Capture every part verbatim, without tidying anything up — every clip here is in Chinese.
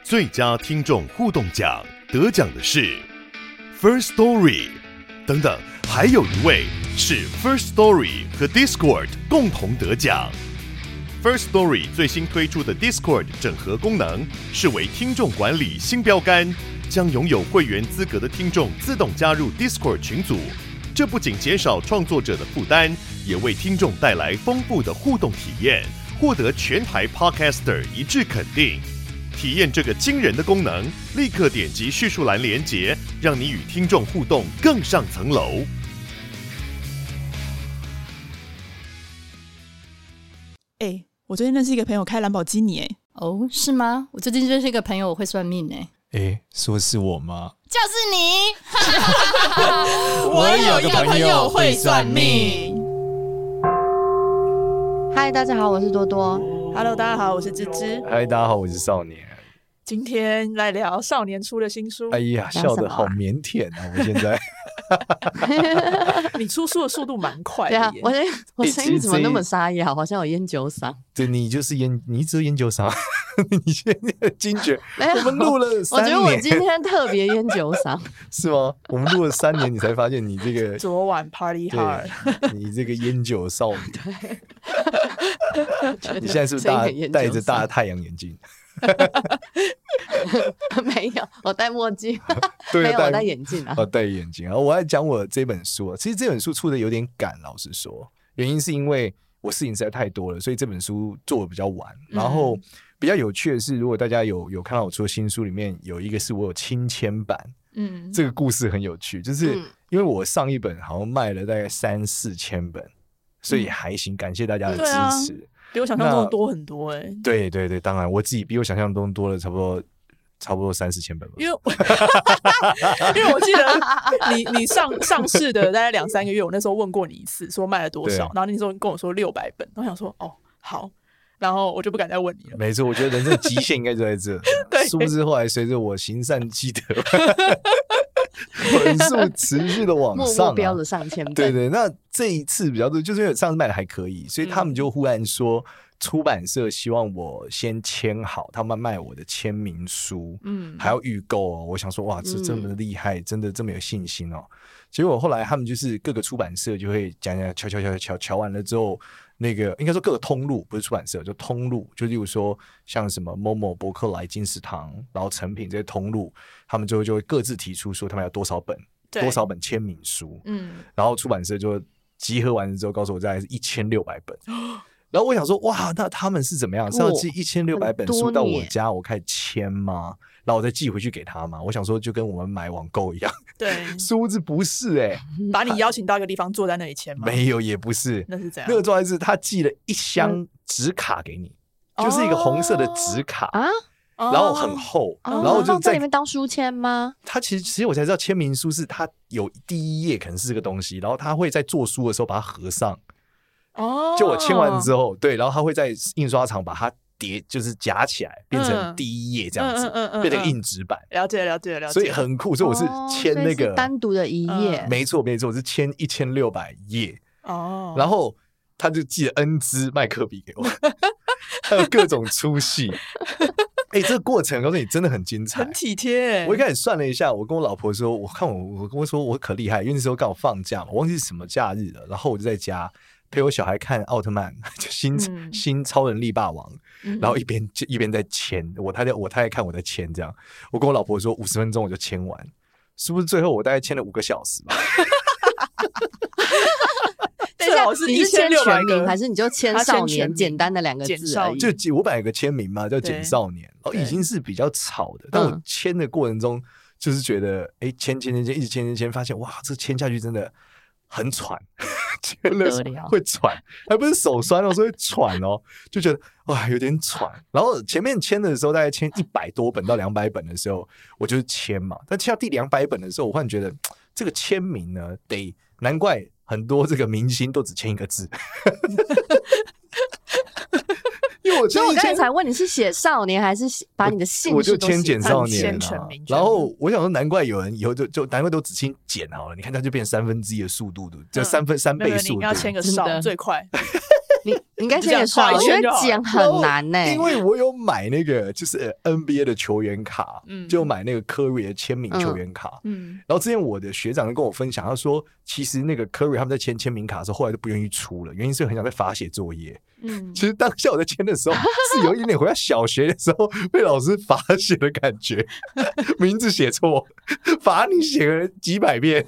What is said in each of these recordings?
最佳听众互动奖得奖的是 First Story， 等等，还有一位是 First Story 和 Discord 共同得奖。First Story 最新推出的 Discord 整合功能是为听众管理新标杆，将拥有会员资格的听众自动加入 Discord 群组。这不仅减少创作者的负担，也为听众带来丰富的互动体验，获得全台 Podcaster 一致肯定。体验这个惊人的功能，立刻点击叙述栏连结，让你与听众互动更上层楼。 欸，我最近认识一个朋友开兰博基尼。欸， 哦，是吗？我最近认识一个朋友，我会算命。欸， 欸，说是我吗？ 就是你。 我有一个朋友会算命。 嗨，大家好，我是多多。 Hello， 大家好，我是芝芝。 嗨，大家好，我是少年。 今天来聊少年出的新书。 哎呀，笑得好腼腆啊！我现在你出书的速度蛮快的耶。 对啊，我我声音怎么那么沙哑？好像有烟酒嗓。 对，你就是烟，你只有烟酒嗓。你现在惊觉，我们录了三年。 我觉得我今天特别烟酒嗓。 是吗？我们录了三年，你才发现你这个昨晚 party hard， 你这个烟酒少女。你现在是不是大戴着大太阳眼镜？ 没有，我戴墨镜。 对， 没有，我戴眼镜啊。 哦，戴眼镜啊！我在讲我这本书啊，其实这本书出的有点赶，老实说，原因是因为我事情实在太多了，所以这本书做的比较晚。嗯、然后比较有趣的是，如果大家有有看到我出的新书里面有一个是我有亲签版，嗯，这个故事很有趣，就是因为我上一本好像卖了大概三四千本，所以还行，感谢大家的支持。嗯， 比我想象中多很多。欸， 对对对，当然我自己比我想象中多了差不多差不多三四千本吧。因为因为我记得你你上上市的大概两三个月，我那时候问过你一次，说卖了多少，然后那时候跟我说六百本，然后想说哦好，然后我就不敢再问你了。 没错，我觉得人生的极限应该就在这。对，殊不知后来随着我行善积德，本数持续的往上，啊， 目标的上千本。 对对，那这一次比较多，就是因为上次卖的还可以，所以他们就忽然说，出版社希望我先签好，他们卖我的签名书，嗯，还要预购哦。我想说，哇，这这么厉害，嗯，真的这么有信心哦。结果后来他们就是各个出版社就会讲讲瞧瞧瞧瞧瞧完了之后，那个应该说各个通路，不是出版社，就通路，就例如说像什么某某博客来、金石堂，然后诚品这些通路，他们最后就会各自提出说他们要多少本多少本签名书，嗯，然后出版社就集合完了之后告诉我大概是一千六百本。然后我想说，哇，那他们是怎么样？是要寄一千六百本书到我家，我开始签吗？然后我再寄回去给他吗？我想说，就跟我们买网购一样。对，殊不知不是哎，欸， 把你邀请到一个地方坐在那里签吗？ 没有，也不是。 那是怎样？ 那个状态是他寄了一箱纸卡给你，嗯，就是一个红色的纸卡啊。然后很厚，哦，然后就 在, 在里面当书签吗？ 他其实其实我才知道签名书是他有第一页可能是这个东西，然后他会在做书的时候把它合上。哦，就我签完之后，对，然后他会在印刷厂把它叠，就是夹起来，变成第一页这样子，嗯嗯嗯嗯，变成硬纸板。 了解了解了解， 所以很酷。所以我是签那个， 哦，单独的一页， 嗯，没错没错，我是签一千六百页。哦，然后他就寄了 N 支麦克笔给我，还有各种粗细。哎，欸，这个过程告诉你真的很精彩， 很体贴。 我一开始算了一下，我跟我老婆说，我看我我跟我说我可厉害，因为那时候刚好放假嘛，我忘记是什么假日了，然后我就在家陪我小孩看奥特曼，就新，嗯，新超人力霸王，嗯，然后一边一边在签，我他在我他在看我在签，这样我跟我老婆说五十分钟我就签完，是不是最后我大概签了五个小时吧？ 等一下，你是签全名还是你就签少年简单的两个字而已？ 就我本来有个签名嘛，叫简少年，哦，已经是比较吵的，但我签的过程中就是觉得，哎，签签签签，一直签签签，发现哇，这签下去真的很喘，签了会喘，还不是手酸哦，是会喘哦，就觉得哇有点喘。然后前面签的时候，大概签一百多本到两百本的时候，我就是签嘛。但签到第两百本的时候，我忽然觉得这个签名呢，得难怪很多这个明星都只签一个字。因为我所以我刚才才问你是写少年还是把你的姓氏我就签简少年啊。 然后我想说，难怪有人以后就就难怪都只签简好了。你看它就变三分之一的速度，就三分三倍速度。 你要签个少最快。 你应该牵个手，我觉得剪很难呢、欸。 因为我有买那个就是 N B A 的球员卡，嗯，就买那个 Curry 的签名球员卡，嗯，然后之前我的学长跟我分享，他说其实那个 Curry 他们在签签名卡的时候，后来都不愿意出了，原因是很想在罚写作业。嗯，其实当下我在签的时候，是有一点点回到小学的时候被老师罚写的感觉，名字写错，罚你写了几百遍。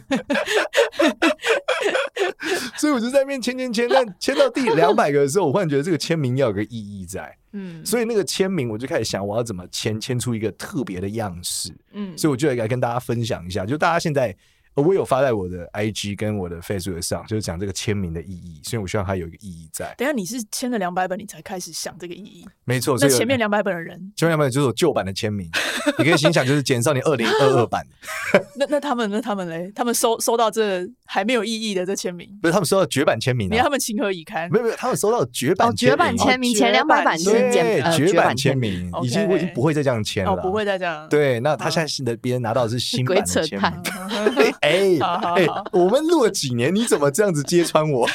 所以我就在那边签签签，但签到第两百个的时候，我忽然觉得这个签名要有个意义在，嗯，所以那个签名我就开始想，我要怎么签，签出一个特别的样式，嗯，所以我就来跟大家分享一下，就大家现在。我有发在我的 I G 跟我的 Facebook 上，就是讲这个签名的意义，所以我希望它有一个意义在。 等一下你是签了两百本，你才开始想这个意义？ 没错， 那前面两百本的人， 前面两百本就是我旧版的签名，你可以心想就是简少年二零二二版。 那那他们那他们嘞？他们收收到这还没有意义的这签名， 不是他们收到绝版签名、啊， 你看他们情何以堪？ 没有没有，他们收到绝版签名， 哦、绝版签名、哦、前两百版是对、 呃、 绝版签名，已经、okay. 我已经不会再这样签了、 哦，不会再这样。 对，那他现在新的别人拿到的是新版的签名。哎哎。 欸、我们录了几年，你怎么这样子揭穿我？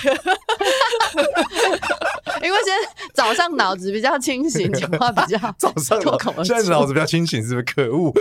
因为现在早上脑子比较清醒，讲话比较早上脑现在脑子比较清醒，是不是？可恶！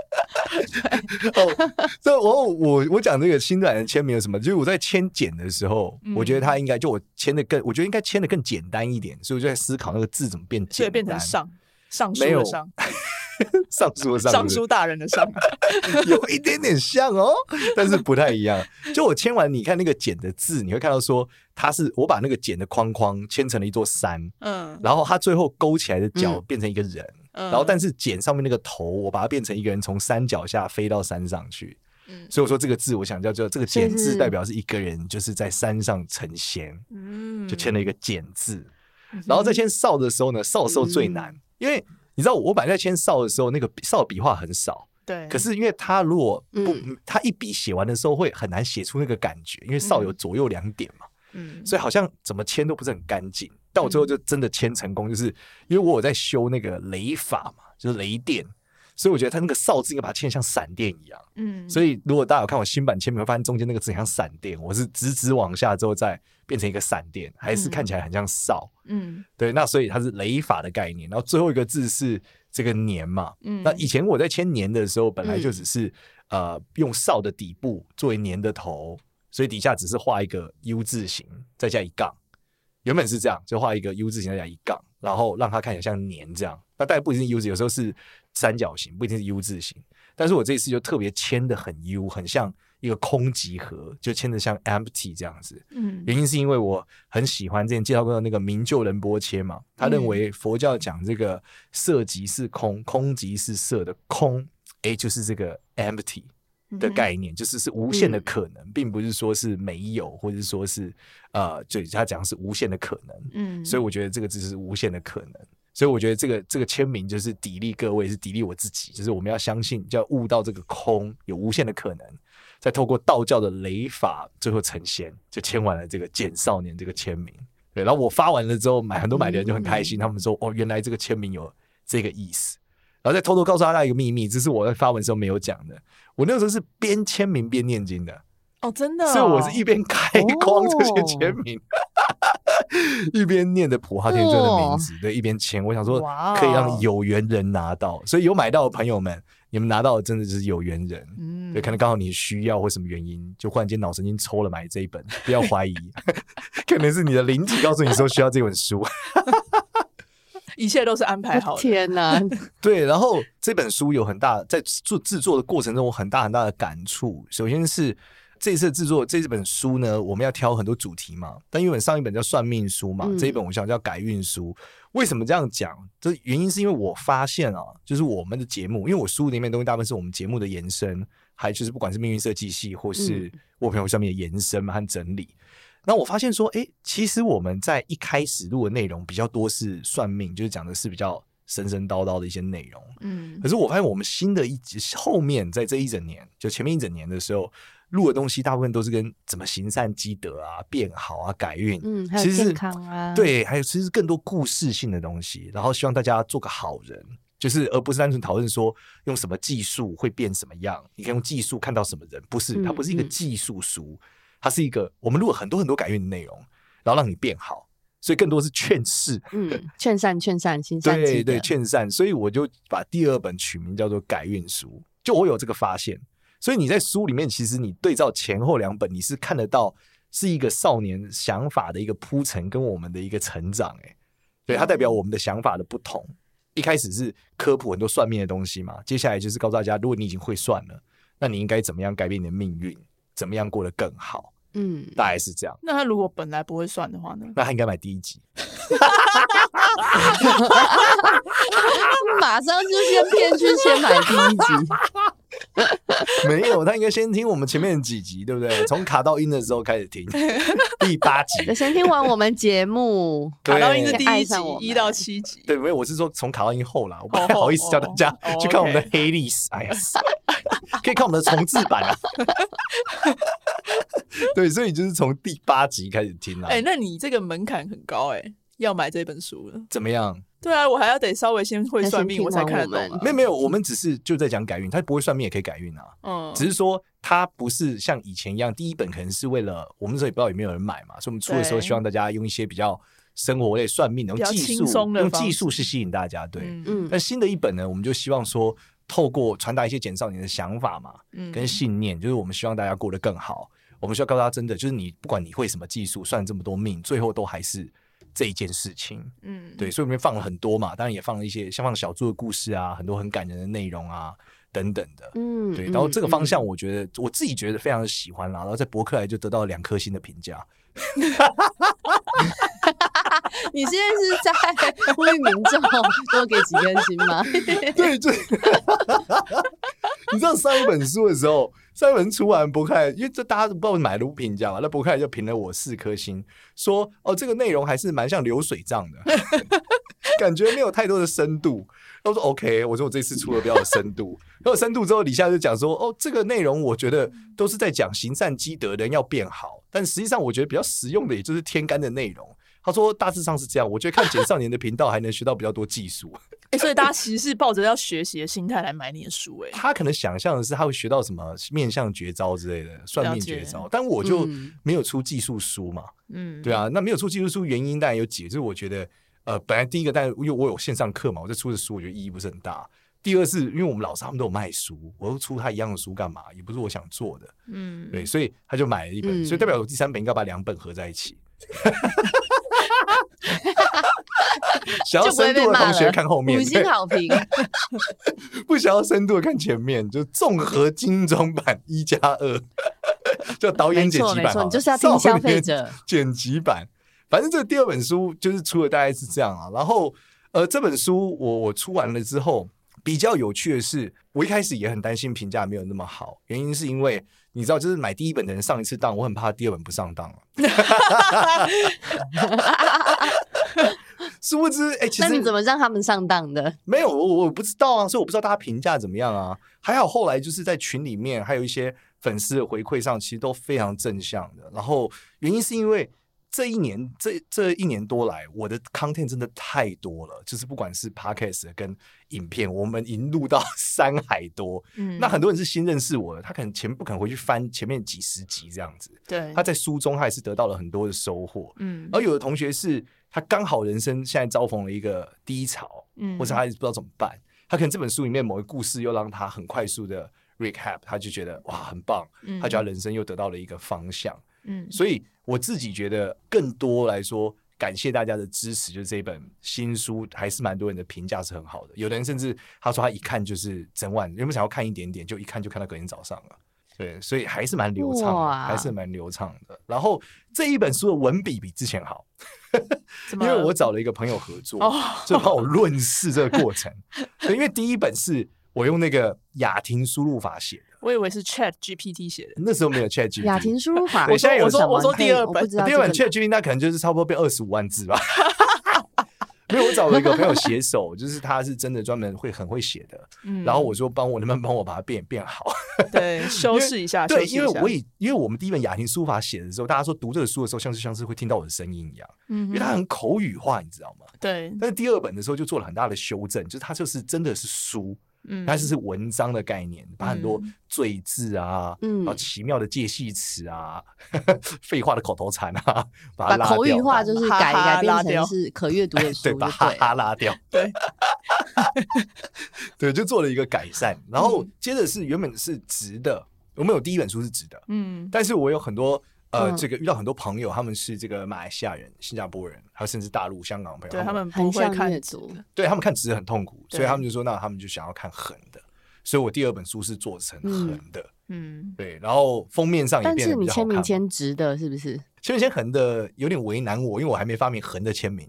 哦，所以我我我讲这个新版的签名有什么？就是我在签简的时候，嗯、我觉得他应该就我签的更，我觉得应该签的更简单一点，所以我就在思考那个字怎么变简单， 所以变成上上书的上。 尚书的尚， 尚书大人的尚， 有一点点像哦，但是不太一样。就我签完，你看那个简的字，你会看到说，它是我把那个简的框框签成了一座山，嗯，然后它最后勾起来的角变成一个人，嗯，然后但是简上面那个头，我把它变成一个人从山脚下飞到山上去，嗯，所以我说这个字，我想叫做这个简字代表是一个人就是在山上成仙，嗯，就签了一个简字，然后在签少的时候呢，少的时候最难，嗯、因为。你知道我本来在签少的时候，那个少笔画很少， 对。 可是因为他如果不，嗯、他一笔写完的时候会很难写出那个感觉，因为少有左右两点嘛，嗯，所以好像怎么签都不是很干净。但我最后就真的签成功，就是因为我有在修那个雷法嘛，就是雷电，所以我觉得他那个少字应该把它签得像闪电一样，嗯。所以如果大家有看我新版签名，会发现中间那个字很像闪电，我是直直往下之后再变成一个闪电，还是看起来很像少，嗯，对。那所以它是雷法的概念，然后最后一个字是这个年嘛，嗯。那以前我在签年的时候，本来就只是、嗯、呃用少的底部作为年的头，所以底下只是画一个 U 字形，再加一杠。原本是这样，就画一个 U 字形再加一杠，然后让它看起来像年这样。那当然不一定是 U 字，有时候是三角形，不一定是 U 字形。但是我这一次就特别签的很 U， 很像一个空集合，就签的像 empty 这样子。嗯，原因是因为我很喜欢之前介绍过的那个明就仁波切嘛，他认为佛教讲这个色即是空，空即是色的空，哎，就是这个 empty。的概念就是是无限的可能、嗯、并不是说是没有或者说是呃，就他讲是无限的可能，嗯，所以我觉得这个字是无限的可能，所以我觉得这个这个签名就是砥砺各位，是砥砺我自己，就是我们要相信，要悟到这个空有无限的可能，再透过道教的雷法最后成仙，就签完了这个简少年这个签名。对，然后我发完了之后，买很多买的人就很开心，嗯、他们说哦，原来这个签名有这个意思。然后再偷偷告诉大家一个秘密，这是我在发文的时候没有讲的。我那个时候是边签名边念经的哦，真的、哦， 所以我是一边开框这些签名，哦、一边念着普化天尊的名字，对，一边签。我想说可以让有缘人拿到，所以有买到的朋友们，你们拿到的真的就是有缘人。嗯，对，可能刚好你需要或什么原因，就忽然间脑神经抽了买这一本，不要怀疑，可能是你的灵体告诉你说需要这本书。 一切都是安排好的。 天哪！ 对，然后这本书有很大在做制作的过程中有很大很大的感触。首先是这一次制作这本书呢，我们要挑很多主题嘛，但因为上一本叫算命书嘛，嗯、这一本我想叫改运书。为什么这样讲？这原因是因为我发现啊，就是我们的节目，因为我书里面的东西大部分是我们节目的延伸，还就是不管是命运设计系或是我朋友上面的延伸嘛和整理。那我发现说，哎，其实我们在一开始录的内容比较多是算命，就是讲的是比较神神叨叨的一些内容。嗯，可是我发现我们新的一集后面在这一整年，就前面一整年的时候录的东西，大部分都是跟怎么行善积德啊、变好啊、改运， 嗯，还有健康啊， 对，还有其实更多故事性的东西，然后希望大家做个好人。就是而不是单纯讨论说用什么技术会变什么样，你可以用技术看到什么人，不是，它不是一个技术书。嗯嗯，它是一个我们录了很多很多改运的内容，然后让你变好， 所以更多是劝世， 嗯，劝善劝善，行善积德， 对对，劝善。所以我就把第二本取名叫做改运书，就我有这个发现。所以你在书里面，其实你对照前后两本，你是看得到是一个少年想法的一个铺陈，跟我们的一个成长、欸。对，它代表我们的想法的不同。一开始是科普很多算命的东西嘛，接下来就是告诉大家，如果你已经会算了，那你应该怎么样改变你的命运，怎么样过得更好。嗯，大概是这样。 那他如果本来不会算的话呢？ 那他应该买第一集。 马上就先骗去先买第一集。 没有，他应该先听我们前面几集，对不对？从卡到音的时候开始听，第八集。 先听完我们节目， 卡到音是第一集，一到七集。 对，没有，我是说从卡到音后啦，我不太好意思叫大家去看我们的黑历史。哎呀，可以看我们的重制版啊。对，所以就是从第八集开始听啊。 哎、欸，那你这个门槛很高哎、欸，要买这本书了。 怎么样？ 对啊，我还要得稍微先会算命，我才看得懂、啊。 没有没有，我们只是就在讲改运，他不会算命也可以改运啊。嗯，只是说他不是像以前一样，第一本可能是为了我们那时候也不知道有没有人买嘛，所以我们出的时候希望大家用一些比较生活类算命的用技术，用技术是吸引大家。对，嗯。但新的一本呢，我们就希望说，透过传达一些简少年的想法嘛，嗯，跟信念，就是我们希望大家过得更好。我们需要告诉他，真的就是你不管你会什么技术，算这么多命，最后都还是这一件事情。嗯，对，所以里面放了很多嘛，当然也放了一些像放小猪的故事啊，很多很感人的内容啊等等的。嗯，对，然后这个方向我觉得、嗯、我自己觉得非常的喜欢啦，然后在博客来就得到了两颗星的评价。 你现在是在呼吁民众多给几颗星吗？ 对，就你知道上一本书的时候，上一本出完博客来，因为这大家都不知道买了不评价嘛，那博客来就评了我四颗星，说哦这个内容还是蛮像流水账的，感觉没有太多的深度。我说 OK， 我说我这次出了比较有深度，然后有深度之后底下就讲说哦这个内容我觉得都是在讲行善积德，人要变好，但实际上我觉得比较实用的也就是天干的内容。他说大致上是这样，我觉得看简少年的频道还能学到比较多技术。 欸、所以大家其实是抱着要学习的心态来买你的书、欸。 他可能想象的是他会学到什么面相绝招之类的算命绝招，但我就没有出技术书嘛。嗯，对啊，那没有出技术书原因当然有几个，就是我觉得呃，本来第一个，但因为我有线上课嘛，我这出的书我觉得意义不是很大。第二是因为我们老师他们都有卖书，我又出他一样的书干嘛？也不是我想做的。嗯，对，所以他就买了一本，嗯、所以代表我第三本应该把两本合在一起。想要深度的同学看后面， 五星好评。 不想要深度的看前面，就综合精装版一加二，就导演剪辑版， 没错，你就是要听消费者剪辑版。反正这个第二本书就是出了，大概是这样啊。然后呃，这本书我我出完了之后，比较有趣的是，我一开始也很担心评价没有那么好，原因是因为你知道，就是买第一本的人上一次当，我很怕第二本不上当了。殊不知，哎、欸，其实那你怎么让他们上当的？ 没有，我我不知道啊，所以我不知道大家评价怎么样啊。还好后来就是在群里面，还有一些粉丝的回馈上，其实都非常正向的。然后原因是因为这一年这这一年多来，我的 content 真的太多了，就是不管是 podcast 跟影片，我们已经录到山海多。嗯，那很多人是新认识我的，他可能前不肯回去翻前面几十集这样子。 对， 他在书中他也是得到了很多的收获。嗯，而有的同学是他刚好人生现在遭逢了一个低潮，嗯，或者他不知道怎么办，他可能这本书里面某个故事又让他很快速的 recap， 他就觉得哇很棒，嗯，他觉得他人生又得到了一个方向。嗯，所以我自己觉得更多来说，感谢大家的支持，就是这本新书还是蛮多人的评价是很好的。有的人甚至他说他一看就是整晚，原本想要看一点点，就一看就看到隔天早上了。对，所以还是蛮流畅的，还是蛮流畅的。然后这一本书的文笔比之前好，因为我找了一个朋友合作，哦，就帮我论释这个过程。因为第一本是我用那个雅婷输入法写的。 我以为是 Chat G P T 写的， 那时候没有 Chat G P T。 雅婷输入法， 我现在有我说我说第二本， 第二本 Chat G P T 那可能就是差不多变二十五万字吧。因为我找了一个朋友写手，就是他是真的专门会很会写的，嗯，然后我说帮我能不能帮我把它变变好， 对，修饰一下， 对，因为我也因为我们第一本雅婷书法写的时候，大家说读这个书的时候，像是像是会听到我的声音一样，嗯，因为它很口语化，你知道吗？ 对。 但是第二本的时候就做了很大的修正，就是它就是真的是书， 嗯，它是是文章的概念，把很多赘字啊，嗯，然后奇妙的介系词啊，废话的口头禅啊，把它拉掉， 把口语化就是改哈哈改变成是可阅读的书， 对，把哈哈拉掉， 对， 对，就做了一个改善。然后接着是原本是直的，我们有第一本书是直的，嗯，但是我有很多。呃，嗯、这个遇到很多朋友，他们是这个马来西亚人、新加坡人，还有甚至大陆、香港的朋友， 对他们不会看直的， 对他们看直的很痛苦，所以他们就说，那他们就想要看横的。所以我第二本书是做成横的，嗯，对，然后封面上也变得比较好看。 但是你签名签直的，是不是？ 签名签横的有点为难我，因为我还没发明横的签名。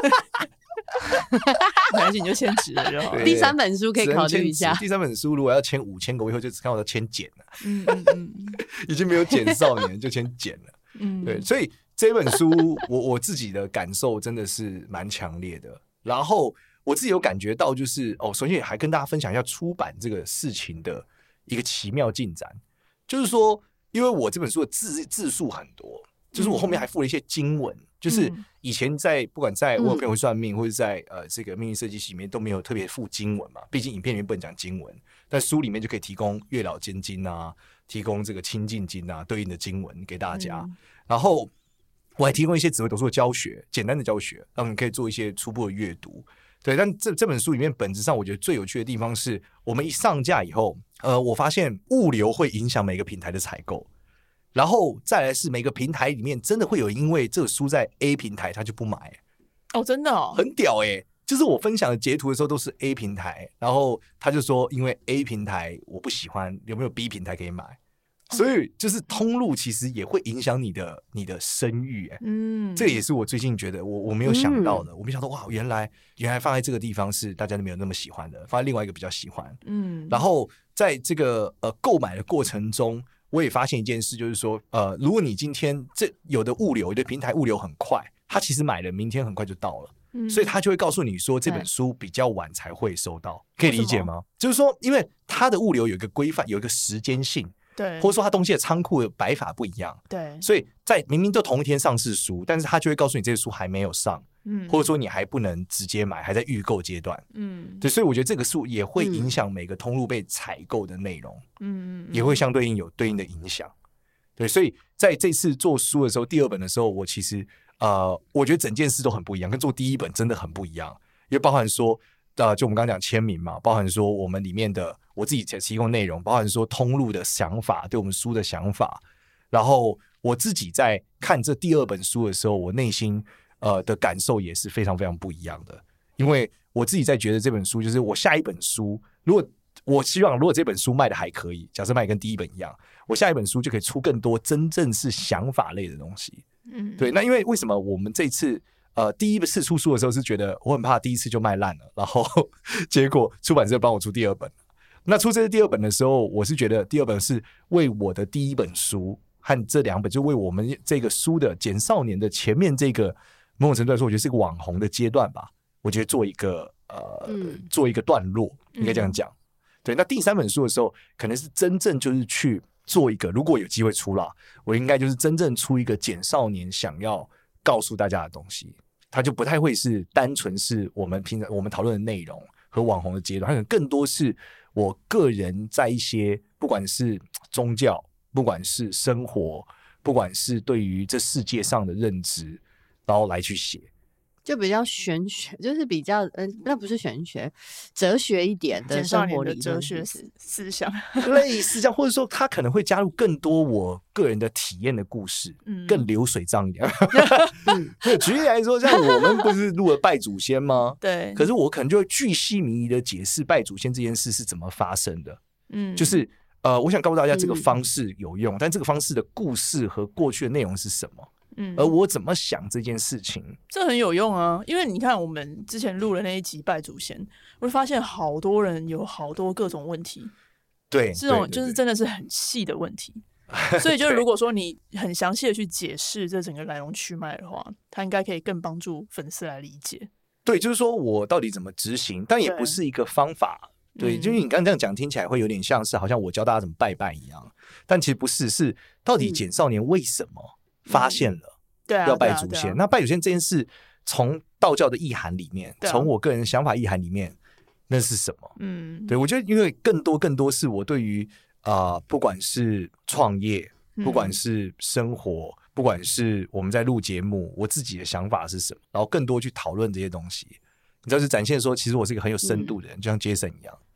没关系，你就签直了就好。 第三本书可以考虑一下。 第三本书如果要签五千个，我以后就只看到签简了。嗯嗯嗯，已经没有简少年，就签简了。嗯，对，所以这本书我我自己的感受真的是蛮强烈的。然后我自己有感觉到，就是哦，首先还跟大家分享一下出版这个事情的一个奇妙进展，就是说，因为我这本书的字字数很多，就是我后面还附了一些经文。就是以前在不管在我有朋友会算命，或者在呃这个命运设计系里面都没有特别附经文嘛，毕竟影片里面不能讲经文，但书里面就可以提供月老间经啊，提供这个清净经啊对应的经文给大家。嗯、然后我还提供一些紫微斗数的教学，简单的教学，让你可以做一些初步的阅读。对，但这这本书里面本质上我觉得最有趣的地方是，我们一上架以后，呃，我发现物流会影响每个平台的采购。然后再来是每个平台里面真的会有因为这个书在 A 平台他就不买哦，真的哦， 很屌哎、欸！就是我分享的截图的时候都是 A 平台，然后他就说因为 A 平台我不喜欢，有没有 B 平台可以买？所以就是通路其实也会影响你的你的声誉哎、欸，嗯，这个也是我最近觉得我我没有想到的，嗯、我没想到哇，原来原来放在这个地方是大家都没有那么喜欢的，放在另外一个比较喜欢，嗯，然后在这个呃购买的过程中。我也发现一件事，就是说，呃，如果你今天这有的物流，有的平台物流很快，他其实买了，明天很快就到了，嗯、所以他就会告诉你说这本书比较晚才会收到，可以理解吗？就是说，因为它的物流有一个规范，有一个时间性， 对， 或者说它东西的仓库的摆法不一样， 对， 所以在明明都同一天上市书，但是他就会告诉你这个书还没有上。嗯，或者说你还不能直接买，还在预购阶段。嗯，对，所以我觉得这个书也会影响每个通路被采购的内容。嗯，也会相对应有对应的影响。对，所以在这次做书的时候，第二本的时候，我其实呃，我觉得整件事都很不一样，跟做第一本真的很不一样。因为包含说，呃，就我们刚刚讲签名嘛，包含说我们里面的我自己提供内容，包含说通路的想法，对我们书的想法。然后我自己在看这第二本书的时候，我内心。呃的感受也是非常非常不一样的，因为我自己在觉得这本书就是我下一本书，如果我希望如果这本书卖的还可以，假设卖跟第一本一样，我下一本书就可以出更多真正是想法类的东西。嗯，对，那因为为什么我们这次呃第一次出书的时候是觉得我很怕第一次就卖烂了，然后结果出版社帮我出第二本，那出这第二本的时候，我是觉得第二本是为我的第一本书和这两本就为我们这个书的简少年的前面这个。某种程度来说，我觉得是一个网红的阶段吧。我觉得做一个呃，嗯、做一个段落，应该这样讲。嗯、对，那第三本书的时候，可能是真正就是去做一个，如果有机会出了，我应该就是真正出一个简少年想要告诉大家的东西。它就不太会是单纯是我们平常我们讨论的内容和网红的阶段，它可能更多是我个人在一些不管是宗教，不管是生活，不管是对于这世界上的认知。然后来去写， 就比较玄学，就是比较嗯、呃，那不是玄学，哲学一点的生活理哲学思想， 类似这样，或者说他可能会加入更多我个人的体验的故事，嗯、更流水账一点。嗯、举例来说，像我们不是录了拜祖先吗？ 对， 可是我可能就会巨细靡遗的解释拜祖先这件事是怎么发生的。嗯，就是呃，我想告诉大家这个方式有用，嗯、但这个方式的故事和过去的内容是什么？嗯，而我怎么想这件事情， 这很有用啊！因为你看，我们之前录了那一集拜祖先，我就发现好多人有好多各种问题， 对， 这种就是真的是很细的问题。所以，就如果说你很详细的去解释这整个来龙去脉的话，它应该可以更帮助粉丝来理解。 对，就是说我到底怎么执行，但也不是一个方法。对，就是你刚刚这样讲，听起来会有点像是好像我教大家怎么拜拜一样，但其实不是，是到底简少年为什么？发现了要拜祖先， 嗯啊啊啊、 那拜祖先这件事，从道教的意涵里面，从、啊、我个人想法意涵里面， 那是什么？ 嗯， 对，我觉得因为更多更多是我对于啊、呃，不管是创业，不管是生活，嗯、不管是我们在录节目，我自己的想法是什么，然后更多去讨论这些东西。你知道，是展现说，其实我是一个很有深度的人，嗯、就像 Jason 一样。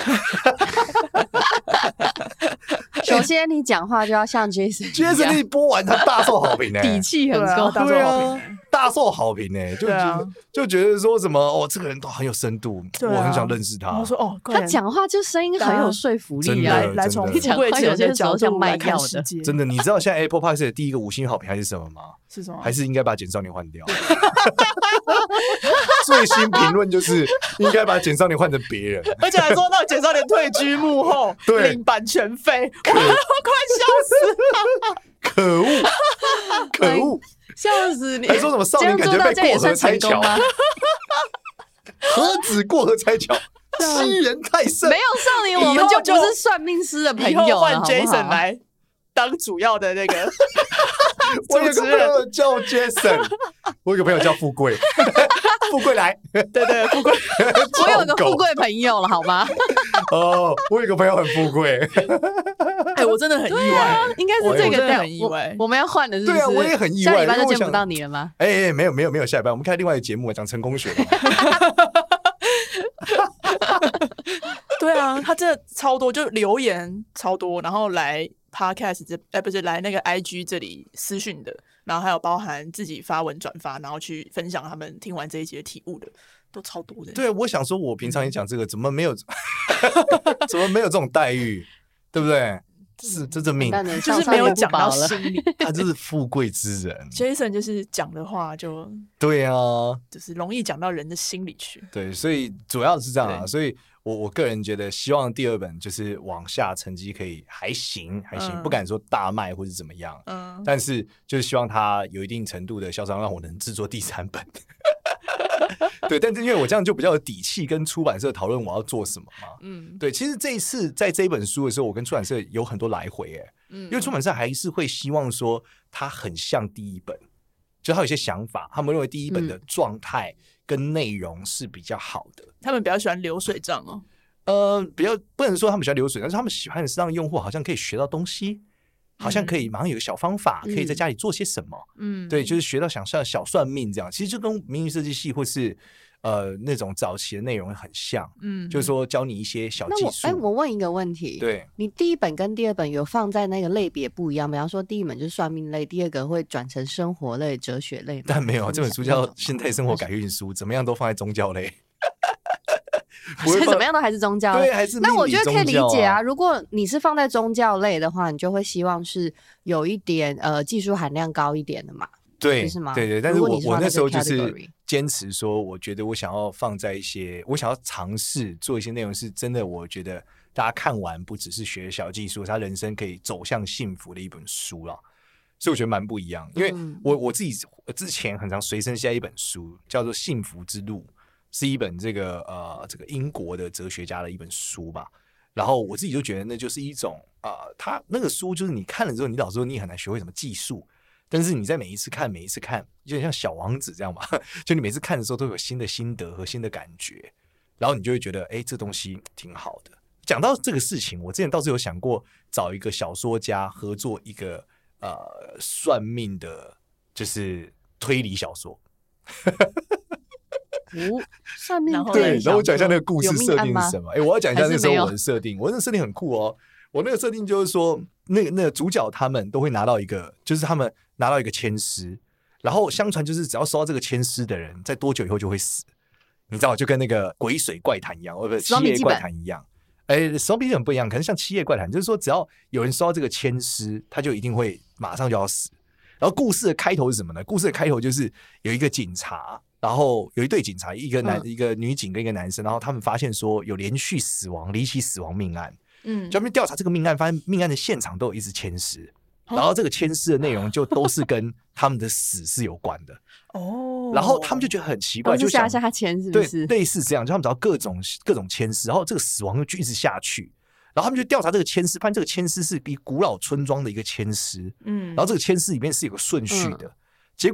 首先，你讲话就要像 Jason。Jason 一播完，他大受好评哎、欸， 底气很高， 大受好评、欸， 大受好评哎、欸，就、啊、就觉得说什么哦，这个人都很有深度，啊、我很想认识他。 我说哦， 他讲话就声音很有说服力啊， 来从富贵之人的角度来看世界。 真的，你知道现在 Apple Podcast 的第一个五星好评还是什么吗？ 是什么？ 还是应该把简少年换掉。最新评论就是应该把简少年换成别人， 而且还说那简少年退居幕后，领版权费，我快笑死了！ 可恶，可恶， 笑死你！ 还说什么少年感觉被过河拆桥？何止过河拆桥，欺人太甚！ 没有少年，我们就不是算命师的朋友了， 以后换 Jason 来当主要的那个。 我有个朋友叫 Jason， 我有个朋友叫富贵，富贵来， 对对，富贵， 我有个富贵朋友了，好吗？ 哦，我有个朋友很富贵， 哎、欸，我真的很意外， 啊、应该是这个， 很意外我。我们要换的是不是？ 对啊，我也很意外， 下礼拜就见不到你了吗？ 哎哎、欸，没有没有没有，下礼拜我们看另外一个节目，讲成功学的。 对啊，他真的超多，就留言超多，然后来 Podcast 这，哎、欸，不是来那个 I G 这里私讯的，然后还有包含自己发文转发，然后去分享他们听完这一集的体悟的，都超多的。 对，我想说，我平常也讲这个，怎么没有，怎么没有这种待遇，对不对？是这这命， 就是没有讲到心里。 他就是富贵之人。 Jason 就是讲的话就对啊， 就是容易讲到人的心里去。 对，所以主要是这样啊。所以我我个人觉得，希望第二本就是往下成绩可以还行还行，嗯、不敢说大卖或是怎么样，嗯，但是就是希望它有一定程度的销商，让我能制作第三本。对，但是因为我这样就比较有底气跟出版社讨论我要做什么嘛。嗯，对，其实这一次在这一本书的时候，我跟出版社有很多来回哎、欸，嗯，因为出版社还是会希望说它很像第一本，就他有一些想法，他们认为第一本的状态跟内容是比较好的，嗯、 他们比较喜欢流水账哦。 呃，比较不能说他们喜欢流水，但是他们喜欢的是让用户好像可以学到东西。好像可以马上有个小方法，嗯、可以在家里做些什么。嗯，对，就是学到想像小算命这样，其实就跟民营设计系或是呃那种早期的内容很像。嗯，就是说教你一些小技术。 哎，我问一个问题， 对， 你第一本跟第二本有放在那个类别不一样，比方说第一本就是算命类，第二个会转成生活类、哲学类。 但没有，这本书叫《现代生活改运书》，怎么样都放在宗教类。 所以怎么样都还是宗教类， 对，还是、啊、 那我觉得可以理解啊。如果你是放在宗教类的话，你就会希望是有一点呃技术含量高一点的嘛， 对， 是吗？ 对对。但是我我那时候就是坚持说，我觉得我想要放在一些，我想要尝试做一些内容，是真的，我觉得大家看完不只是学小技术，他人生可以走向幸福的一本书啦。所以我觉得蛮不一样，因为我我自己之前很常随身携带一本书，叫做《幸福之路》。是一本这个呃这个英国的哲学家的一本书吧，然后我自己就觉得那就是一种啊、呃，他那个书就是你看了之后，你老实说你很难学会什么技术，但是你在每一次看每一次看，有点像小王子这样嘛，就你每次看的时候都有新的心得和新的感觉，然后你就会觉得哎，这东西挺好的。讲到这个事情，我之前倒是有想过找一个小说家合作一个呃算命的，就是推理小说。 哦，算命对，然后我讲一下那个故事设定是什么。哎，我要讲一下那时候我的设定，我那个设定很酷哦。我那个设定就是说，那个那个主角他们都会拿到一个，就是他们拿到一个签诗，然后相传就是只要收到这个签诗的人，在多久以后就会死，你知道，就跟那个鬼水怪谈一样，或者七夜怪谈一样。哎，死亡笔记本不一样，可能像七夜怪谈，就是说只要有人收到这个签诗，他就一定会马上就要死。然后故事的开头是什么呢？故事的开头就是有一个警察。然后有一对警察，一个男、嗯、一个女警跟一个男生，然后他们发现说有连续死亡、离奇死亡命案，嗯，就他们调查这个命案，发现命案的现场都有一支签诗，哦、然后这个签诗的内容就都是跟他们的死是有关的哦。然后他们就觉得很奇怪，就下下签是不是？ 对，类似这样，就他们找到各种各种签诗，然后这个死亡就一直下去，然后他们就调查这个签诗，发现这个签诗是一古老村庄的一个签诗，嗯，然后这个签诗里面是有个顺序的，嗯、结果。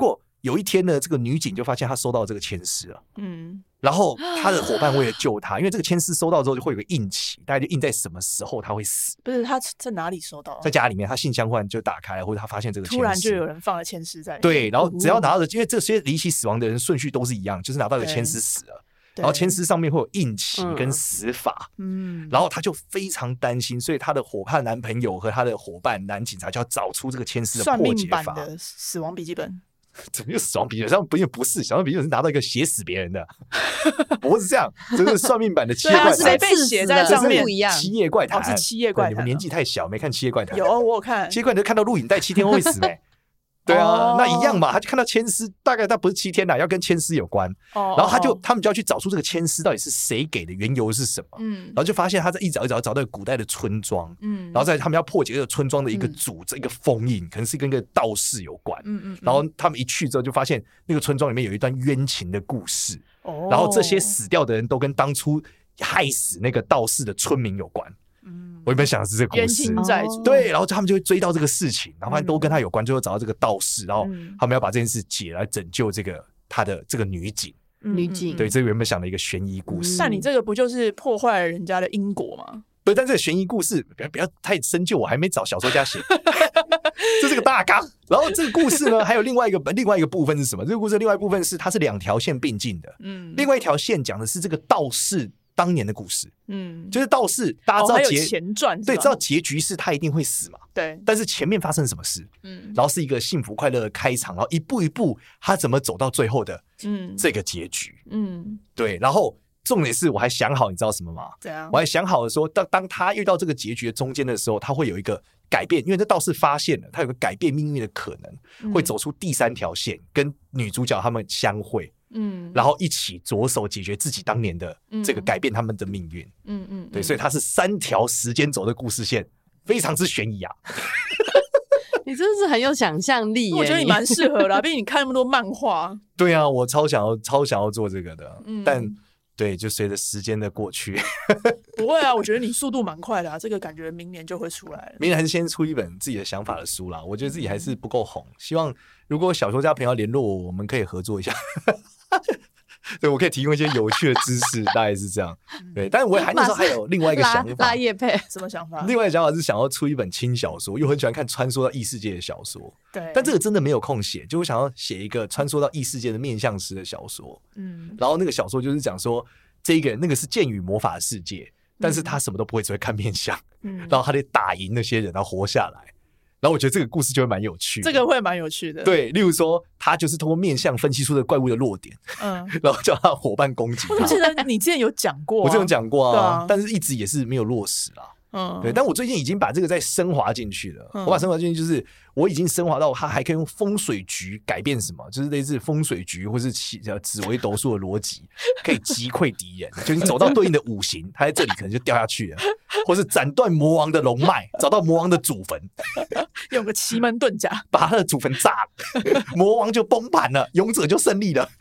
有一天呢，这个女警就发现她收到这个签诗了， 嗯， 然后她的伙伴为了救她，因为这个签诗收到之后就会有个印期，大概就印在什么时候她会死。 不是他在哪里收到？ 在家里面，她信箱忽然就打开了，或者她发现这个签诗， 突然就有人放了签诗在里面。 对，然后只要拿到的，因为这些离奇死亡的人顺序都是一样，就是拿到一个签诗死了。然后签诗上面会有印期跟死法，嗯，然后他就非常担心，所以他的伙伴男朋友和他的伙伴男警察就要找出这个签诗的破解法。 算命版的死亡笔记本， 怎么又死亡笔记本？上不不是，死亡笔记本是拿到一个写死别人的，不是这样，这是算命版的七夜怪谈， 谁被写在上面不一样。 七夜怪谈、 哦、是七夜怪谈， 你们年纪太小，没看七夜怪谈。 有，我有看。 七夜怪谈看到录影带七天会死没？对啊、哦，那一样嘛，他就看到签诗，大概他不是七天啦，要跟签诗有关。哦，然后他就他们就要去找出这个签诗到底是谁给的，缘由是什么。嗯，然后就发现他在一找一找找到古代的村庄，嗯，然后在他们要破解这个村庄的一个组织、嗯、一个封印，可能是跟一个道士有关。嗯 嗯, 嗯。然后他们一去之后，就发现那个村庄里面有一段冤情的故事。哦。然后这些死掉的人都跟当初害死那个道士的村民有关。嗯，我原本想的是这个故事， 冤亲债主， 对，然后他们就会追到这个事情，然后发现都跟他有关，最后找到这个道士，然后他们要把这件事解来拯救这个他的这个女警， 女警， 对，这个原本想的一个悬疑故事。 但你这个不就是破坏了人家的因果吗？ 不是，但这个悬疑故事不要不要太深究，我还没找小说家写，这是个大纲。然后这个故事呢，还有另外一个另外一个部分是什么？这个故事的另外一部分是它是两条线并进的，嗯，另外一条线讲的是这个道士当年的故事，嗯，就是道士，大家知道结、 哦、前传， 对，知道结局是他一定会死嘛， 对，但是前面发生什么事，嗯，然后是一个幸福快乐的开场，然后一步一步他怎么走到最后的，嗯，这个结局，嗯，对，然后重点是我还想好，你知道什么吗？ 怎样？ 我还想好了说，当当他遇到这个结局的中间的时候，他会有一个改变，因为这道士发现了他有个改变命运的可能，嗯、会走出第三条线，跟女主角他们相会。嗯，然后一起着手解决自己当年的这个改变他们的命运。嗯嗯，对，所以它是三条时间轴的故事线，非常之悬疑啊。 你真的是很有想象力耶， 我觉得你蛮适合的、啊，毕竟你看那么多漫画。 对啊，我超想要超想要做这个的，嗯、但对，就随着时间的过去， 不会啊，我觉得你速度蛮快的啊，这个感觉明年就会出来了。 明年还是先出一本自己的想法的书啦，我觉得自己还是不够红，希望如果小说家朋友联络我，我们可以合作一下。对，我可以提供一些有趣的知识，大概是这样。对，但是我还那时候还有另外一个想法， 拉业配什么想法？ 另外一个想法是想要出一本轻小说，又很喜欢看穿梭到异世界的小说。 对， 但这个真的没有空写，就我想要写一个穿梭到异世界的面向式的小说。嗯，然后那个小说就是讲说，这个那个是剑与魔法的世界，但是他什么都不会，只会看面相。嗯，然后他得打赢那些人，然后活下来。然后我觉得这个故事就会蛮有趣的， 这个会蛮有趣的。 对，例如说他就是通过面相分析出的怪物的弱点，嗯，然后叫他的伙伴攻击他。 我记得你之前有讲过、啊， 我之前有讲过啊，啊但是一直也是没有落实啦。嗯，对，但我最近已经把这个再升华进去了。嗯、我把升华进去，就是我已经升华到它还可以用风水局改变什么，就是类似风水局或是紫微斗数的逻辑，可以击溃敌人。就你走到对应的五行，它在这里可能就掉下去了，或是斩断魔王的龙脉，找到魔王的祖坟， 用个奇门遁甲把他的祖坟炸了，魔王就崩盘了，勇者就胜利了。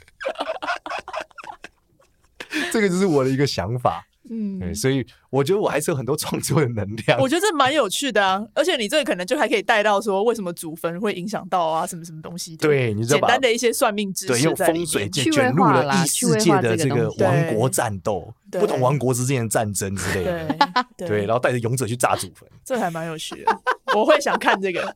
这个就是我的一个想法。嗯，对，所以我觉得我还是有很多创作的能量。 我觉得这蛮有趣的啊，而且你这个可能就还可以带到说为什么祖坟会影响到啊什么什么东西的。 对，你知道简单的一些算命知识， 对，用风水卷入了异世界的这个王国战斗，不同王国之间的战争之类的。对，对，然后带着勇者去炸祖坟， 这还蛮有趣的。我会想看这个。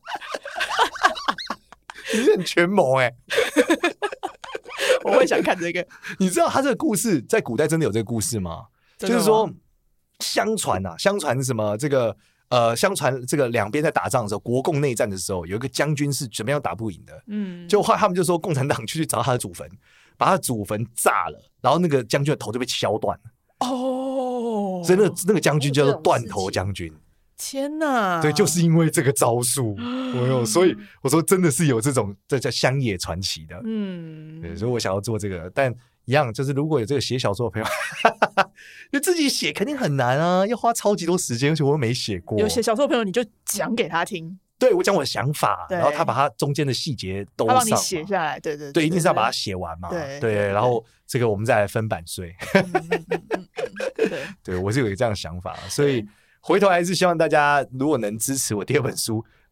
你是很权谋哎、欸。 我会想看这个。 你知道他这个故事在古代真的有这个故事吗？就是说，相传啊，相传什么这个呃，相传这个两边在打仗的时候，国共内战的时候，有一个将军是怎么样打不赢的，嗯，就后来他们就说共产党就去找他的祖坟，把他的祖坟炸了，然后那个将军的头就被削断了。哦，所以那个那个将军叫做断头将军。 天哪！ 对，就是因为这个招数，我有，所以我说真的是有这种这叫乡野传奇的，嗯，对，所以我想要做这个，但一样就是如果有这个写小说的朋友，就自己写肯定很难啊，要花超级多时间，而且我又没写过。 有写小说的朋友，你就讲给他听， 对我讲我的想法，然后他把他中间的细节都上， 他帮你写下来，对对 对, 对， 对，一定是要把它写完嘛，对 对, 对, 对，然后这个我们再来分版税，嗯嗯嗯嗯、对，对我是有一个这样的想法，所以回头还是希望大家如果能支持我第二本书。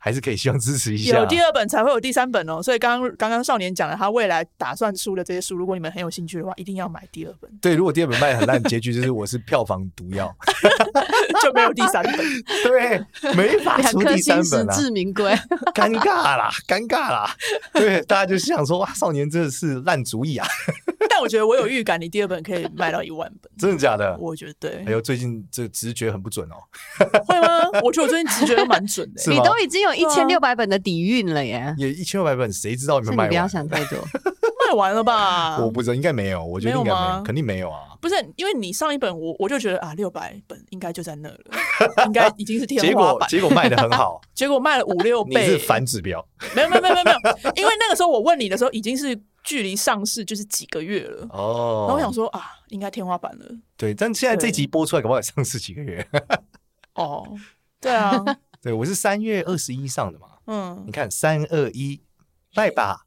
还是可以希望支持一下。 有第二本才会有第三本哦，所以刚刚刚刚少年讲了他未来打算出的这些书，如果你们很有兴趣的话，一定要买第二本。 对，如果第二本卖得很烂，结局就是我是票房毒药， 就没有第三本。 对，没法出第三本啊， 实至名归， 尴尬啦，尴尬啦。对，大家就想说哇，少年真的是烂主意啊。 但我觉得我有预感，你第二本可以卖到一万本。 真的假的？ 我觉得对。 哎呦，最近这直觉很不准哦。 会吗？我觉得我最近直觉都蛮准的、 欸。 你都已经有一千六百本的底蕴了耶！ 也一千六百本，谁知道你们卖完？ 你不要想太多。 卖完了吧？ 我不知道，应该没有。我觉得应该没有，肯定没有啊。 不是，因为你上一本我我就觉得啊，六百本应该就在那了，应该已经是天花板。 结果结果卖得很好， 结果卖了五六倍。 你是反指标？ 没有没有没有没有，因为那个时候我问你的时候，已经是距离上市就是几个月了。哦。然后我想说啊，应该天花板了。 对，但现在这集播出来，搞不好也上市几个月。 哦，对啊。 对，我是三月二十一上的嘛。嗯。你看，三二一，卖吧。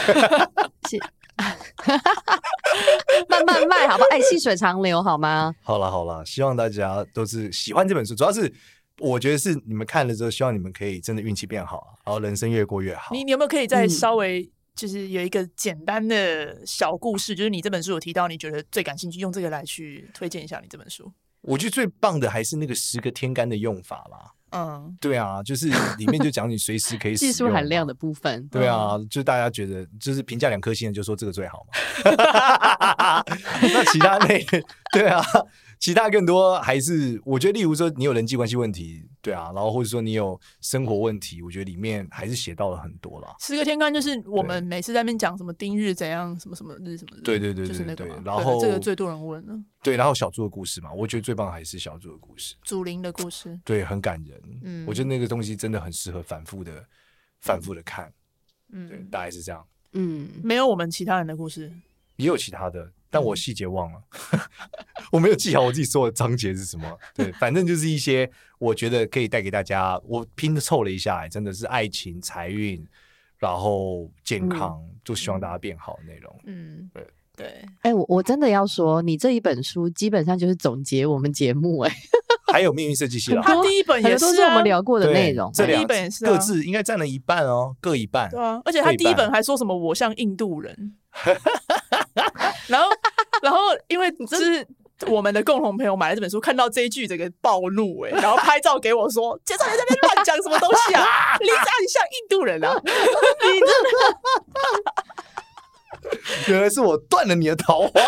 慢慢卖好不好？哎，细水长流好吗？ 好了好了，希望大家都是喜欢这本书，主要是我觉得是你们看了之后，希望你们可以真的运气变好，然后人生越过越好。 你你有没有可以再稍微就是有一个简单的小故事，嗯、就是你这本书有提到，你觉得最感兴趣，用这个来去推荐一下你这本书。 我觉得最棒的还是那个十个天干的用法啦。嗯，对啊，就是里面就讲你随时可以使用技术含量的部分。 对啊，嗯、就大家觉得就是评价两颗星的就说这个最好嘛。那其他那对啊，其他更多还是我觉得，例如说你有人际关系问题，对啊，然后或者说你有生活问题，我觉得里面还是写到了很多啦。 十个天干就是我们每次在那边讲什么丁日怎样，什么什么日什么日， 对对对对对， 就是那个嘛。 然后这个最多人问了。 对，然后小猪的故事嘛，我觉得最棒还是小猪的故事， 祖灵的故事， 对，很感人。嗯，我觉得那个东西真的很适合反复的、反复的看。嗯，对，大概是这样。 嗯，没有我们其他人的故事， 也有其他的，但我细节忘了，我没有记好我自己说的章节是什么。对，反正就是一些我觉得可以带给大家，我拼凑了一下，真的是爱情、财运，然后健康，嗯、就希望大家变好的内容。嗯，对。 对， 哎、欸，我我真的要说，你这一本书基本上就是总结我们节目、欸，哎， 还有命运设计系啦， 他第一本也是、啊、 都是我们聊过的内容， 这第一本也是、啊、 各自应该占了一半哦，各一半。 对啊，而且他第一本还说什么我像印度人，然后然后因为就是我们的共同朋友买了这本书，看到这一句整个暴怒、欸，哎，然后拍照给我说，介绍你在那边乱讲什么东西啊？你这样像印度人啊？你这。 原来是我断了你的桃花。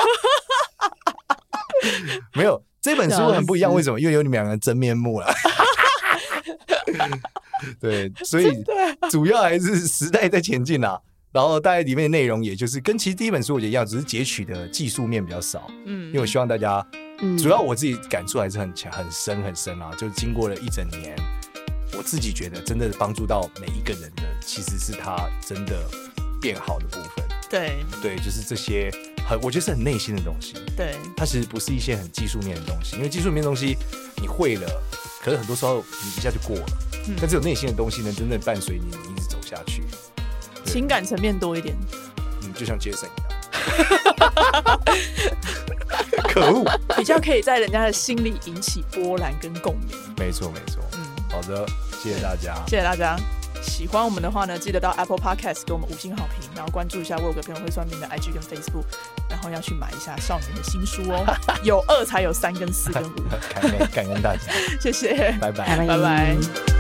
没有，这本书很不一样，为什么？因为有你们两个人真面目了。对，所以主要还是时代在前进啦。然后大概里面的内容，也就是跟其实第一本书我觉得一样，只是截取的技术面比较少。嗯，因为我希望大家，嗯、主要我自己感触还是很强、很深、很深啊。就经过了一整年，我自己觉得真的帮助到每一个人的，其实是他真的变好的部分。 对对，就是这些很，我觉得是很内心的东西。 对， 它其实不是一些很技术面的东西，因为技术面的东西你会了，可是很多时候你一下就过了。嗯、但是有内心的东西呢，真正伴随你一直走下去。 情感层面多一点， 嗯，就像杰森一样。可恶， 比较可以在人家的心里引起波澜跟共鸣。 没错没错，嗯，好的，谢谢大家， 谢谢大家。喜欢我们的话呢，记得到 Apple Podcast 给我们五星好评，然后关注一下我有个朋友会算命的 I G 跟 Facebook， 然后要去买一下少年的新书哦，有二才有三跟四跟五。 感恩感恩大家， 谢谢， 拜拜拜拜。